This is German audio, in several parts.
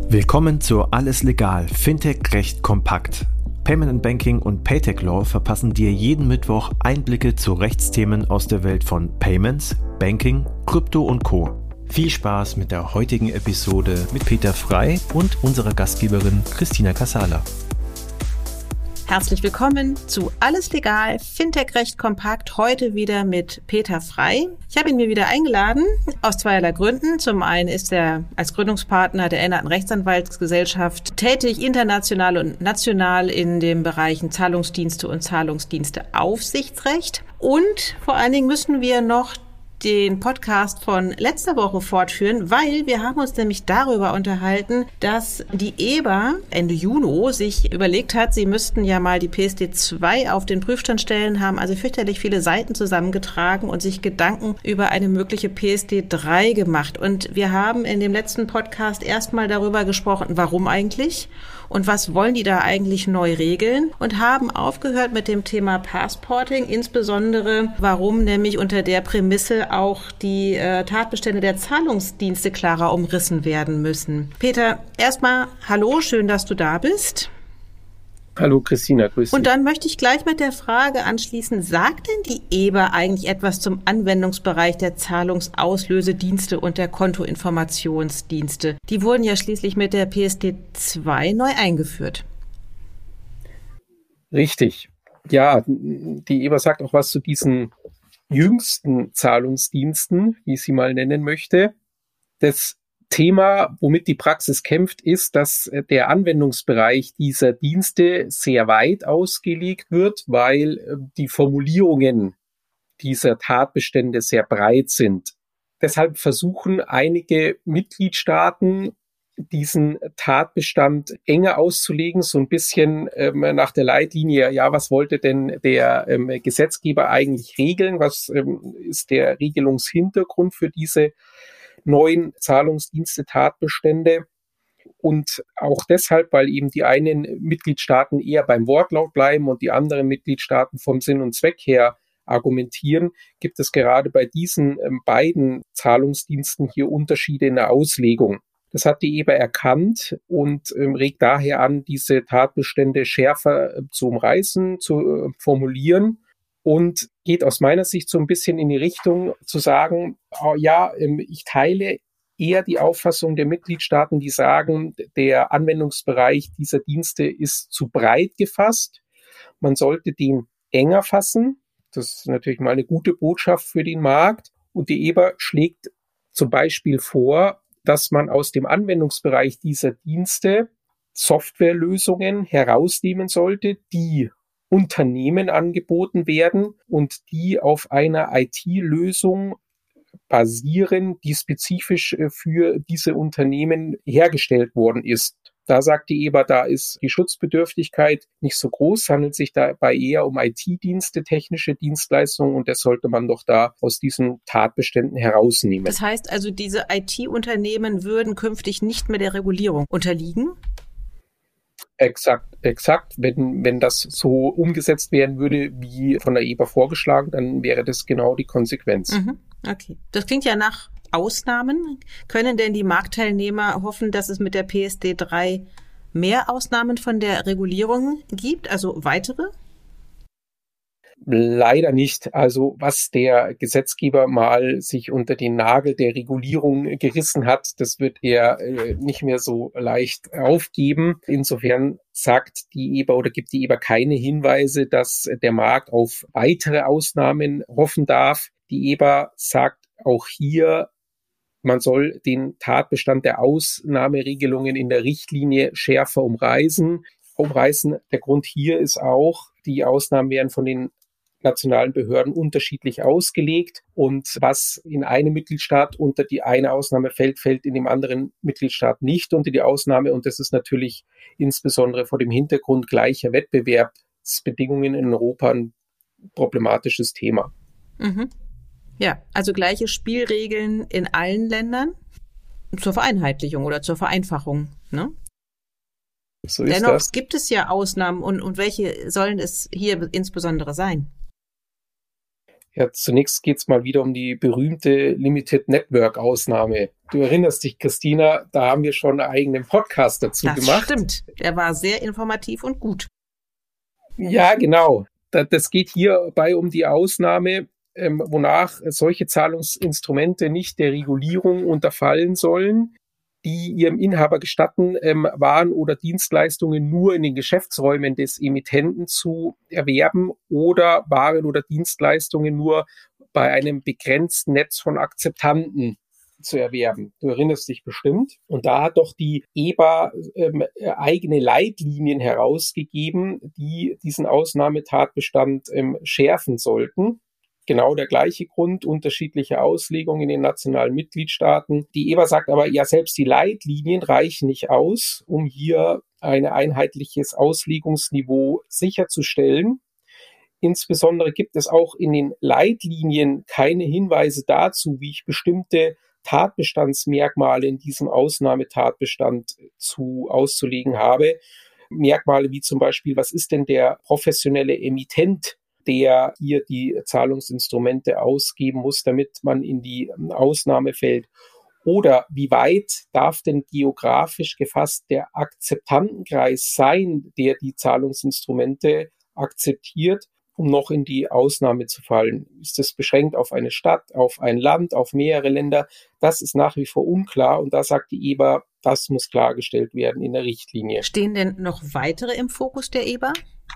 Willkommen zu Alles Legal, Fintech Recht kompakt. Payment and Banking und Paytech Law verpassen dir jeden Mittwoch Einblicke zu Rechtsthemen aus der Welt von Payments, Banking, Krypto und Co. Viel Spaß mit der heutigen Episode mit Peter Frey und unserer Gastgeberin Christina Casala. Herzlich willkommen zu Alles Legal, Fintech Recht kompakt, heute wieder mit Peter Frey. Ich habe ihn mir wieder eingeladen, aus zweierlei Gründen. Zum einen ist er als Gründungspartner der Änderten Rechtsanwaltsgesellschaft tätig, international und national in den Bereichen Zahlungsdienste und Zahlungsdiensteaufsichtsrecht. Und vor allen Dingen müssen wir noch den Podcast von letzter Woche fortführen, weil wir haben uns nämlich darüber unterhalten, dass die EBA Ende Juni sich überlegt hat, sie müssten ja mal die PSD2 auf den Prüfstand stellen, haben also fürchterlich viele Seiten zusammengetragen und sich Gedanken über eine mögliche PSD3 gemacht. Und wir haben in dem letzten Podcast erstmal darüber gesprochen, warum eigentlich und was wollen die da eigentlich neu regeln und haben aufgehört mit dem Thema Passporting, insbesondere warum nämlich unter der Prämisse auch die Tatbestände der Zahlungsdienste klarer umrissen werden müssen. Peter, erstmal hallo, schön, dass du da bist. Hallo Christina, grüß dich. Und dann möchte ich gleich mit der Frage anschließen, sagt denn die EBA eigentlich etwas zum Anwendungsbereich der Zahlungsauslösedienste und der Kontoinformationsdienste? Die wurden ja schließlich mit der PSD2 neu eingeführt. Richtig. Ja, die EBA sagt auch was zu diesen jüngsten Zahlungsdiensten, wie ich sie mal nennen möchte. Das Thema, womit die Praxis kämpft, ist, dass der Anwendungsbereich dieser Dienste sehr weit ausgelegt wird, weil die Formulierungen dieser Tatbestände sehr breit sind. Deshalb versuchen einige Mitgliedstaaten, diesen Tatbestand enger auszulegen, so ein bisschen nach der Leitlinie, ja, was wollte denn der Gesetzgeber eigentlich regeln? Was ist der Regelungshintergrund für diese neuen Zahlungsdienste-Tatbestände? Und auch deshalb, weil eben die einen Mitgliedstaaten eher beim Wortlaut bleiben und die anderen Mitgliedstaaten vom Sinn und Zweck her argumentieren, gibt es gerade bei diesen beiden Zahlungsdiensten hier Unterschiede in der Auslegung. Das hat die EBA erkannt und regt daher an, diese Tatbestände schärfer zu umreißen, zu formulieren und geht aus meiner Sicht so ein bisschen in die Richtung zu sagen, ich teile eher die Auffassung der Mitgliedstaaten, die sagen, der Anwendungsbereich dieser Dienste ist zu breit gefasst. Man sollte den enger fassen. Das ist natürlich mal eine gute Botschaft für den Markt. Und die EBA schlägt zum Beispiel vor, dass man aus dem Anwendungsbereich dieser Dienste Softwarelösungen herausnehmen sollte, die Unternehmen angeboten werden und die auf einer IT-Lösung basieren, die spezifisch für diese Unternehmen hergestellt worden ist. Da sagt die EBA, da ist die Schutzbedürftigkeit nicht so groß, handelt sich dabei eher um IT-Dienste, technische Dienstleistungen und das sollte man doch da aus diesen Tatbeständen herausnehmen. Das heißt also, diese IT-Unternehmen würden künftig nicht mehr der Regulierung unterliegen? Exakt. Wenn das so umgesetzt werden würde, wie von der EBA vorgeschlagen, dann wäre das genau die Konsequenz. Okay. Das klingt ja nach Ausnahmen. Können denn die Marktteilnehmer hoffen, dass es mit der PSD3 mehr Ausnahmen von der Regulierung gibt, also weitere? Leider nicht. Also was der Gesetzgeber mal sich unter den Nagel der Regulierung gerissen hat, das wird er nicht mehr so leicht aufgeben. Insofern sagt die EBA oder gibt die EBA keine Hinweise, dass der Markt auf weitere Ausnahmen hoffen darf. Die EBA sagt auch hier, man soll den Tatbestand der Ausnahmeregelungen in der Richtlinie schärfer umreißen. Der Grund hier ist auch, die Ausnahmen werden von den nationalen Behörden unterschiedlich ausgelegt und was in einem Mitgliedstaat unter die eine Ausnahme fällt, fällt in dem anderen Mitgliedstaat nicht unter die Ausnahme und das ist natürlich insbesondere vor dem Hintergrund gleicher Wettbewerbsbedingungen in Europa ein problematisches Thema. Ja, also gleiche Spielregeln in allen Ländern zur Vereinheitlichung oder zur Vereinfachung, ne? So ist Dennoch das. gibt es ja Ausnahmen und welche sollen es hier insbesondere sein? Ja, zunächst geht es mal wieder um die berühmte Limited Network Ausnahme. Du erinnerst dich, Christina, da haben wir schon einen eigenen Podcast dazu gemacht. Das stimmt. Der war sehr informativ und gut. Ja, genau. Das geht hierbei um die Ausnahme, wonach solche Zahlungsinstrumente nicht der Regulierung unterfallen sollen, die ihrem Inhaber gestatten, Waren oder Dienstleistungen nur in den Geschäftsräumen des Emittenten zu erwerben oder Waren oder Dienstleistungen nur bei einem begrenzten Netz von Akzeptanten zu erwerben. Du erinnerst dich bestimmt. Und da hat doch die EBA eigene Leitlinien herausgegeben, die diesen Ausnahmetatbestand schärfen sollten. Genau der gleiche Grund, unterschiedliche Auslegungen in den nationalen Mitgliedstaaten. Die EBA sagt aber, ja, selbst die Leitlinien reichen nicht aus, um hier ein einheitliches Auslegungsniveau sicherzustellen. Insbesondere gibt es auch in den Leitlinien keine Hinweise dazu, wie ich bestimmte Tatbestandsmerkmale in diesem Ausnahmetatbestand auszulegen habe. Merkmale wie zum Beispiel, was ist denn der professionelle Emittent, der hier die Zahlungsinstrumente ausgeben muss, damit man in die Ausnahme fällt? Oder wie weit darf denn geografisch gefasst der Akzeptantenkreis sein, der die Zahlungsinstrumente akzeptiert, um noch in die Ausnahme zu fallen? Ist es beschränkt auf eine Stadt, auf ein Land, auf mehrere Länder? Das ist nach wie vor unklar und da sagt die EBA, das muss klargestellt werden in der Richtlinie. Stehen denn noch weitere im Fokus der EBA?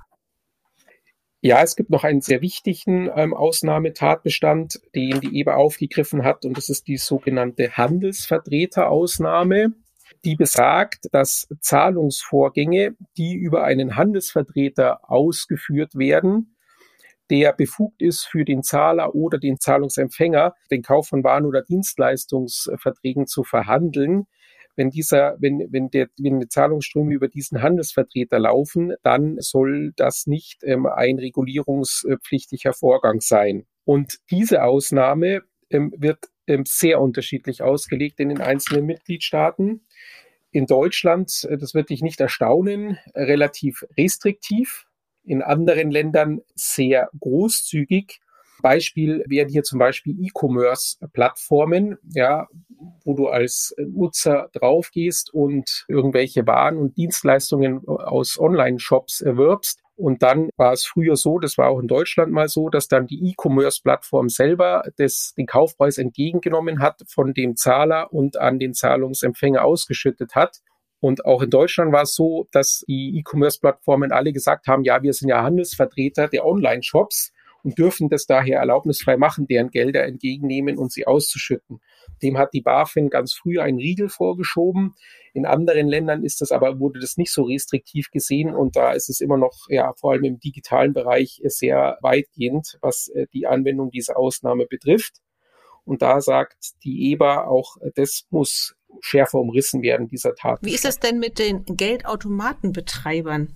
Ja, es gibt noch einen sehr wichtigen Ausnahmetatbestand, den die EBA aufgegriffen hat, und das ist die sogenannte Handelsvertreterausnahme. Die besagt, dass Zahlungsvorgänge, die über einen Handelsvertreter ausgeführt werden, der befugt ist, für den Zahler oder den Zahlungsempfänger den Kauf von Waren oder Dienstleistungsverträgen zu verhandeln. Wenn die Zahlungsströme über diesen Handelsvertreter laufen, dann soll das nicht ein regulierungspflichtiger Vorgang sein. Und diese Ausnahme wird sehr unterschiedlich ausgelegt in den einzelnen Mitgliedstaaten. In Deutschland, das wird dich nicht erstaunen, relativ restriktiv. In anderen Ländern sehr großzügig. Beispiel wären hier zum Beispiel E-Commerce-Plattformen, ja, wo du als Nutzer draufgehst und irgendwelche Waren und Dienstleistungen aus Online-Shops erwirbst. Und dann war es früher so, das war auch in Deutschland mal so, dass dann die E-Commerce-Plattform selber den Kaufpreis entgegengenommen hat von dem Zahler und an den Zahlungsempfänger ausgeschüttet hat. Und auch in Deutschland war es so, dass die E-Commerce-Plattformen alle gesagt haben, ja, wir sind ja Handelsvertreter der Online-Shops und dürfen das daher erlaubnisfrei machen, deren Gelder entgegennehmen und sie auszuschütten. Dem hat die BaFin ganz früh einen Riegel vorgeschoben. In anderen Ländern wurde das nicht so restriktiv gesehen und da ist es immer noch, ja, vor allem im digitalen Bereich sehr weitgehend, was die Anwendung dieser Ausnahme betrifft. Und da sagt die EBA auch, das muss schärfer umrissen werden, dieser Tatbestand. Wie ist es denn mit den Geldautomatenbetreibern?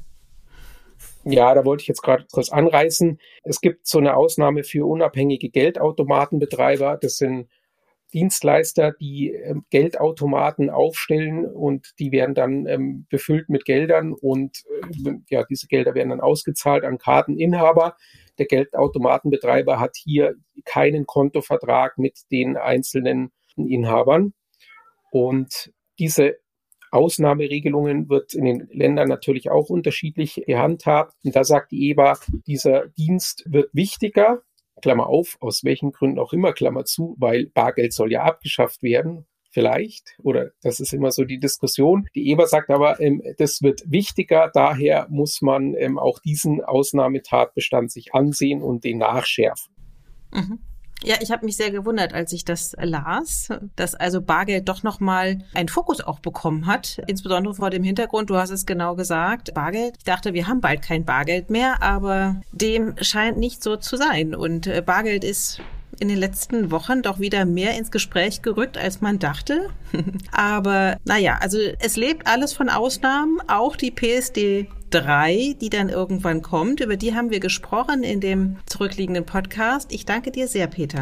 Ja, da wollte ich jetzt gerade kurz anreißen. Es gibt so eine Ausnahme für unabhängige Geldautomatenbetreiber. Das sind Dienstleister, die Geldautomaten aufstellen und die werden dann befüllt mit Geldern und ja, diese Gelder werden dann ausgezahlt an Karteninhaber. Der Geldautomatenbetreiber hat hier keinen Kontovertrag mit den einzelnen Inhabern. Und diese Ausnahmeregelungen wird in den Ländern natürlich auch unterschiedlich gehandhabt. Und da sagt die EBA, dieser Dienst wird wichtiger, Klammer auf, aus welchen Gründen auch immer, Klammer zu, weil Bargeld soll ja abgeschafft werden, vielleicht, oder das ist immer so die Diskussion. Die EBA sagt aber, das wird wichtiger, daher muss man auch diesen Ausnahmetatbestand sich ansehen und den nachschärfen. Mhm. Ja, ich habe mich sehr gewundert, als ich das las, dass also Bargeld doch nochmal einen Fokus auch bekommen hat, insbesondere vor dem Hintergrund, du hast es genau gesagt, Bargeld. Ich dachte, wir haben bald kein Bargeld mehr, aber dem scheint nicht so zu sein. Und Bargeld ist in den letzten Wochen doch wieder mehr ins Gespräch gerückt, als man dachte. Aber naja, also es lebt alles von Ausnahmen, auch die PSD3, die dann irgendwann kommt. Über die haben wir gesprochen in dem zurückliegenden Podcast. Ich danke dir sehr, Peter.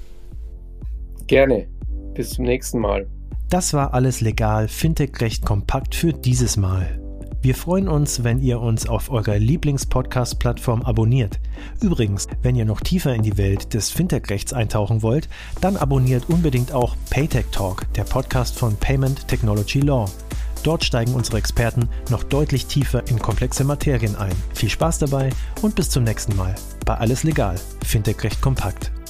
Gerne. Bis zum nächsten Mal. Das war alles legal, Fintech recht kompakt für dieses Mal. Wir freuen uns, wenn ihr uns auf eurer Lieblings-Podcast-Plattform abonniert. Übrigens, wenn ihr noch tiefer in die Welt des Fintech-Rechts eintauchen wollt, dann abonniert unbedingt auch Paytech Talk, der Podcast von Payment Technology Law. Dort steigen unsere Experten noch deutlich tiefer in komplexe Materien ein. Viel Spaß dabei und bis zum nächsten Mal bei Alles Legal, Fintech Recht kompakt.